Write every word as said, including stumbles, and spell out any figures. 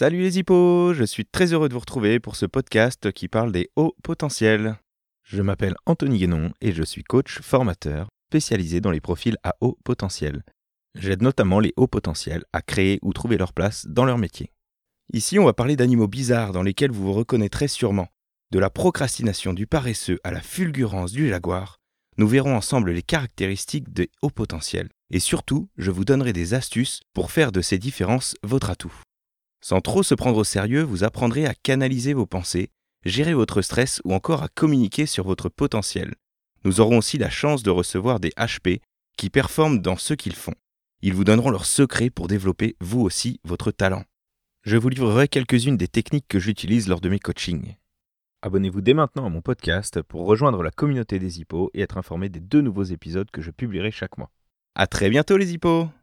Salut les hippos, je suis très heureux de vous retrouver pour ce podcast qui parle des hauts potentiels. Je m'appelle Anthony Guénon et je suis coach formateur spécialisé dans les profils à haut potentiel. J'aide notamment les hauts potentiels à créer ou trouver leur place dans leur métier. Ici, on va parler d'animaux bizarres dans lesquels vous vous reconnaîtrez sûrement. De la procrastination du paresseux à la fulgurance du jaguar, nous verrons ensemble les caractéristiques des hauts potentiels. Et surtout, je vous donnerai des astuces pour faire de ces différences votre atout. Sans trop se prendre au sérieux, vous apprendrez à canaliser vos pensées, gérer votre stress ou encore à communiquer sur votre potentiel. Nous aurons aussi la chance de recevoir des H P qui performent dans ce qu'ils font. Ils vous donneront leurs secrets pour développer vous aussi votre talent. Je vous livrerai quelques-unes des techniques que j'utilise lors de mes coachings. Abonnez-vous dès maintenant à mon podcast pour rejoindre la communauté des hippos et être informé des deux nouveaux épisodes que je publierai chaque mois. À très bientôt les hippos!